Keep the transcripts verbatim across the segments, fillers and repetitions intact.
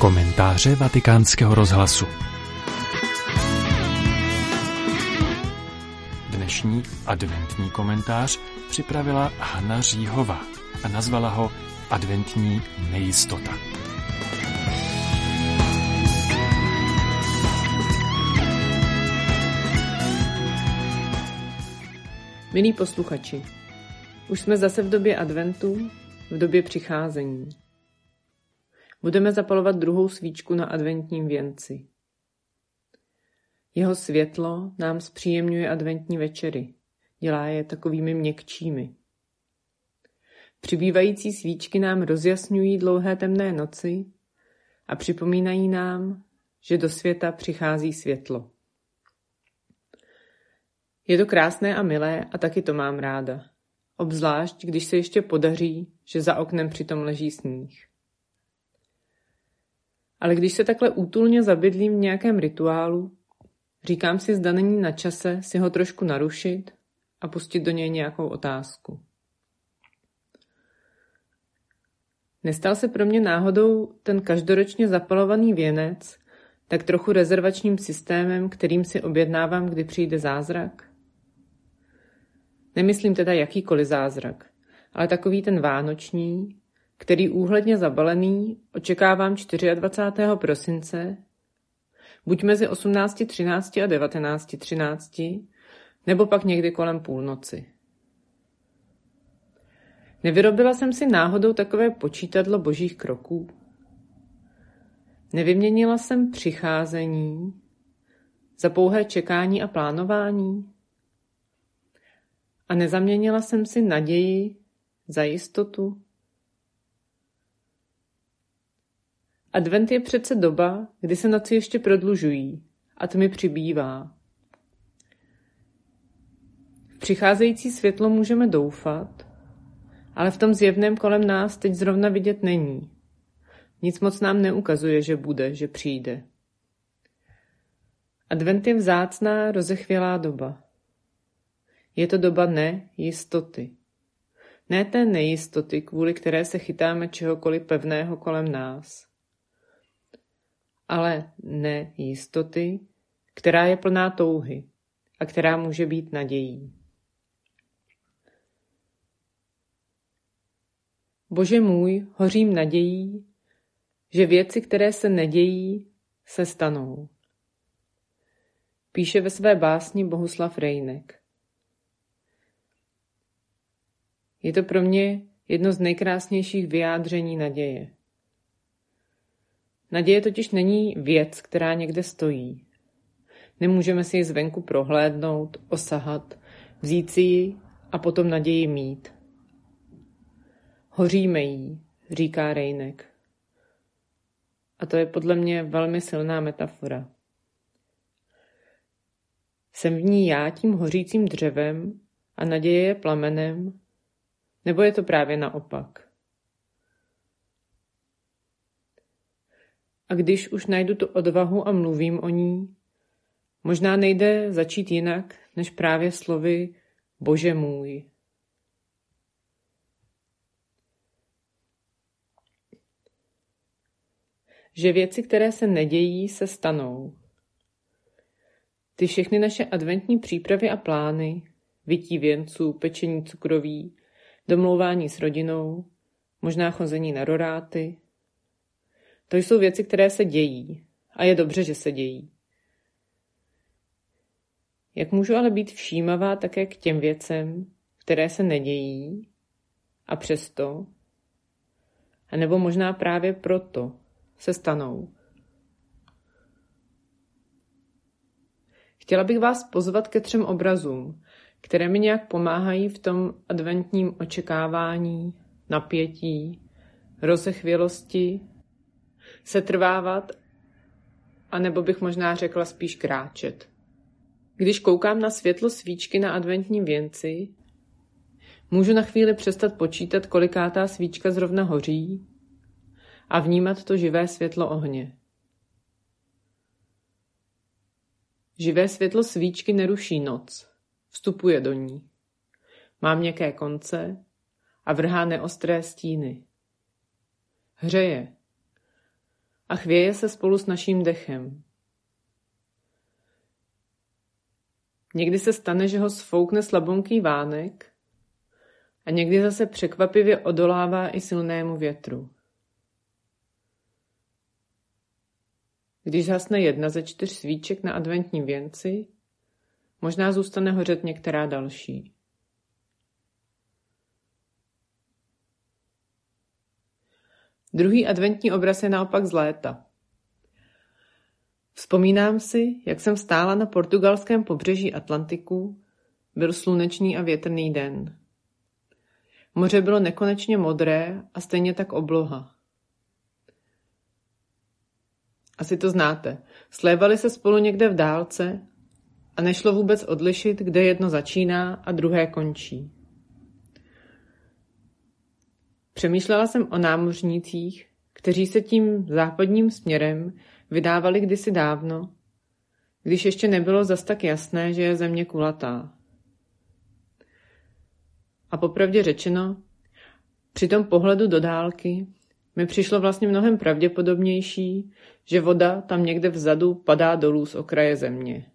Komentáře Vatikánského rozhlasu. Dnešní adventní komentář připravila Hana Říhová a nazvala ho Adventní nejistota. Milí posluchači, už jsme zase v době adventu, v době přicházení. Budeme zapalovat druhou svíčku na adventním věnci. Jeho světlo nám zpříjemňuje adventní večery, dělá je takovými měkčími. Přibývající svíčky nám rozjasňují dlouhé temné noci a připomínají nám, že do světa přichází světlo. Je to krásné a milé a taky to mám ráda. Obzvlášť, když se ještě podaří, že za oknem přitom leží sníh. Ale když se takhle útulně zabydlím v nějakém rituálu, říkám si, zda není na čase si ho trošku narušit a pustit do něj nějakou otázku. Nestal se pro mě náhodou ten každoročně zapalovaný věnec tak trochu rezervačním systémem, kterým si objednávám, kdy přijde zázrak? Nemyslím teda jakýkoliv zázrak, ale takový ten vánoční, který úhledně zabalený očekávám dvacátého čtvrtého prosince, buď mezi osmnáct třináct a devatenáct třináct, nebo pak někdy kolem půlnoci. Nevyrobila jsem si náhodou takové počítadlo božích kroků? Nevyměnila jsem přicházení za pouhé čekání a plánování? A nezaměnila jsem si naději za jistotu? Advent je přece doba, kdy se noci ještě prodlužují a tmy přibývá. V přicházející světlo můžeme doufat, ale v tom zjevném kolem nás teď zrovna vidět není. Nic moc nám neukazuje, že bude, že přijde. Advent je vzácná, rozechvělá doba. Je to doba nejistoty. Ne té nejistoty, kvůli které se chytáme čehokoliv pevného kolem nás, ale nejistoty, která je plná touhy a která může být nadějí. Bože můj, hořím nadějí, že věci, které se nedějí, se stanou. Píše ve své básni Bohuslav Rejnek. Je to pro mě jedno z nejkrásnějších vyjádření naděje. Naděje totiž není věc, která někde stojí. Nemůžeme si ji zvenku prohlédnout, osahat, vzít si ji a potom naději mít. Hoříme jí, říká Rejnek. A to je podle mě velmi silná metafora. Jsem v ní já tím hořícím dřevem a naděje je plamenem, nebo je to právě naopak? A když už najdu tu odvahu a mluvím o ní, možná nejde začít jinak, než právě slovy Bože můj. Že věci, které se nedějí, se stanou. Ty všechny naše adventní přípravy a plány, vytí věnců, pečení cukroví, domlouvání s rodinou, možná chození na roráty, to jsou věci, které se dějí a je dobře, že se dějí. Jak můžu ale být všímavá také k těm věcem, které se nedějí a přesto, anebo možná právě proto se stanou? Chtěla bych vás pozvat ke třem obrazům, které mi nějak pomáhají v tom adventním očekávání, napětí, rozechvělosti, setrvávat, anebo bych možná řekla spíš kráčet. Když koukám na světlo svíčky na adventním věnci, můžu na chvíli přestat počítat, kolikátá svíčka zrovna hoří a vnímat to živé světlo ohně. Živé světlo svíčky neruší noc, vstupuje do ní. Má měkké konce a vrhá neostré stíny. Hřeje. a chvěje se spolu s naším dechem. Někdy se stane, že ho sfoukne slabonký vánek a někdy zase překvapivě odolává i silnému větru. Když zhasne jedna ze čtyř svíček na adventním věnci, možná zůstane hořet některá další. Druhý adventní obraz je naopak z léta. Vzpomínám si, jak jsem stála na portugalském pobřeží Atlantiku, byl slunečný a větrný den. Moře bylo nekonečně modré a stejně tak obloha. Asi to znáte. Slévali se spolu někde v dálce a nešlo vůbec odlišit, kde jedno začíná a druhé končí. Přemýšlela jsem o námořnících, kteří se tím západním směrem vydávali kdysi dávno, když ještě nebylo zas tak jasné, že je země kulatá. A popravdě řečeno, při tom pohledu do dálky mi přišlo vlastně mnohem pravděpodobnější, že voda tam někde vzadu padá dolů z okraje země.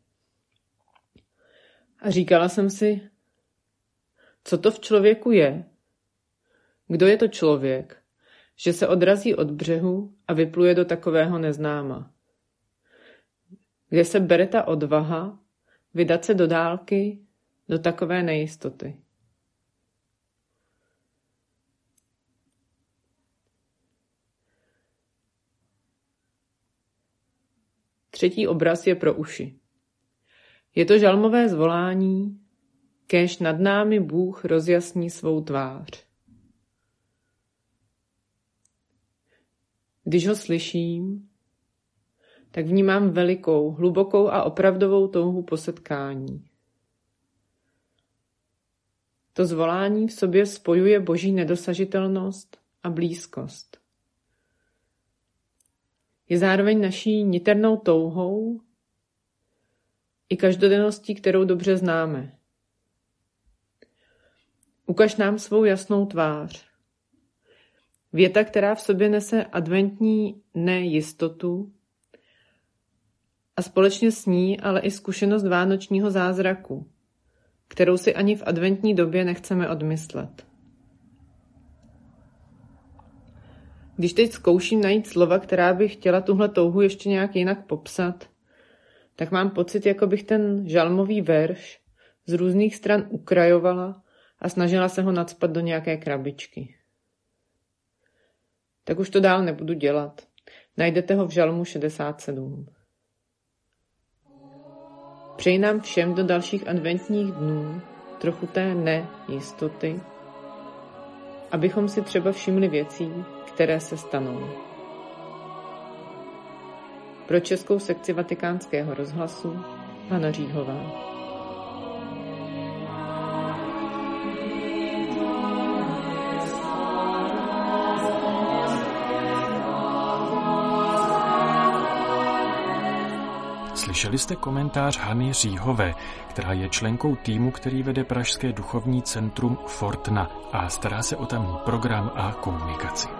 A říkala jsem si, co to v člověku je? Kdo je to člověk, že se odrazí od břehu a vypluje do takového neznáma? Kde se bere ta odvaha vydat se do dálky, do takové nejistoty? Třetí obraz je pro uši. Je to žalmové zvolání, kéž nad námi Bůh rozjasní svou tvář. Když ho slyším, tak vnímám velikou, hlubokou a opravdovou touhu po setkání. To zvolání v sobě spojuje boží nedosažitelnost a blízkost. Je zároveň naší niternou touhou i každodenností, kterou dobře známe. Ukaž nám svou jasnou tvář. Věta, která v sobě nese adventní nejistotu a společně s ní ale i zkušenost vánočního zázraku, kterou si ani v adventní době nechceme odmyslet. Když teď zkouším najít slova, která by chtěla tuhle touhu ještě nějak jinak popsat, tak mám pocit, jako bych ten žalmový verš z různých stran ukrajovala a snažila se ho nacpat do nějaké krabičky. Tak už to dál nebudu dělat. Najdete ho v žalmu šedesát sedm. Přeji nám všem do dalších adventních dnů trochu té nejistoty, abychom si třeba všimli věcí, které se stanou. Pro českou sekci Vatikánského rozhlasu Hana Říhová. Slyšeli jste komentář Hany Říhové, která je členkou týmu, který vede pražské duchovní centrum Fortna a stará se o tamní program a komunikaci.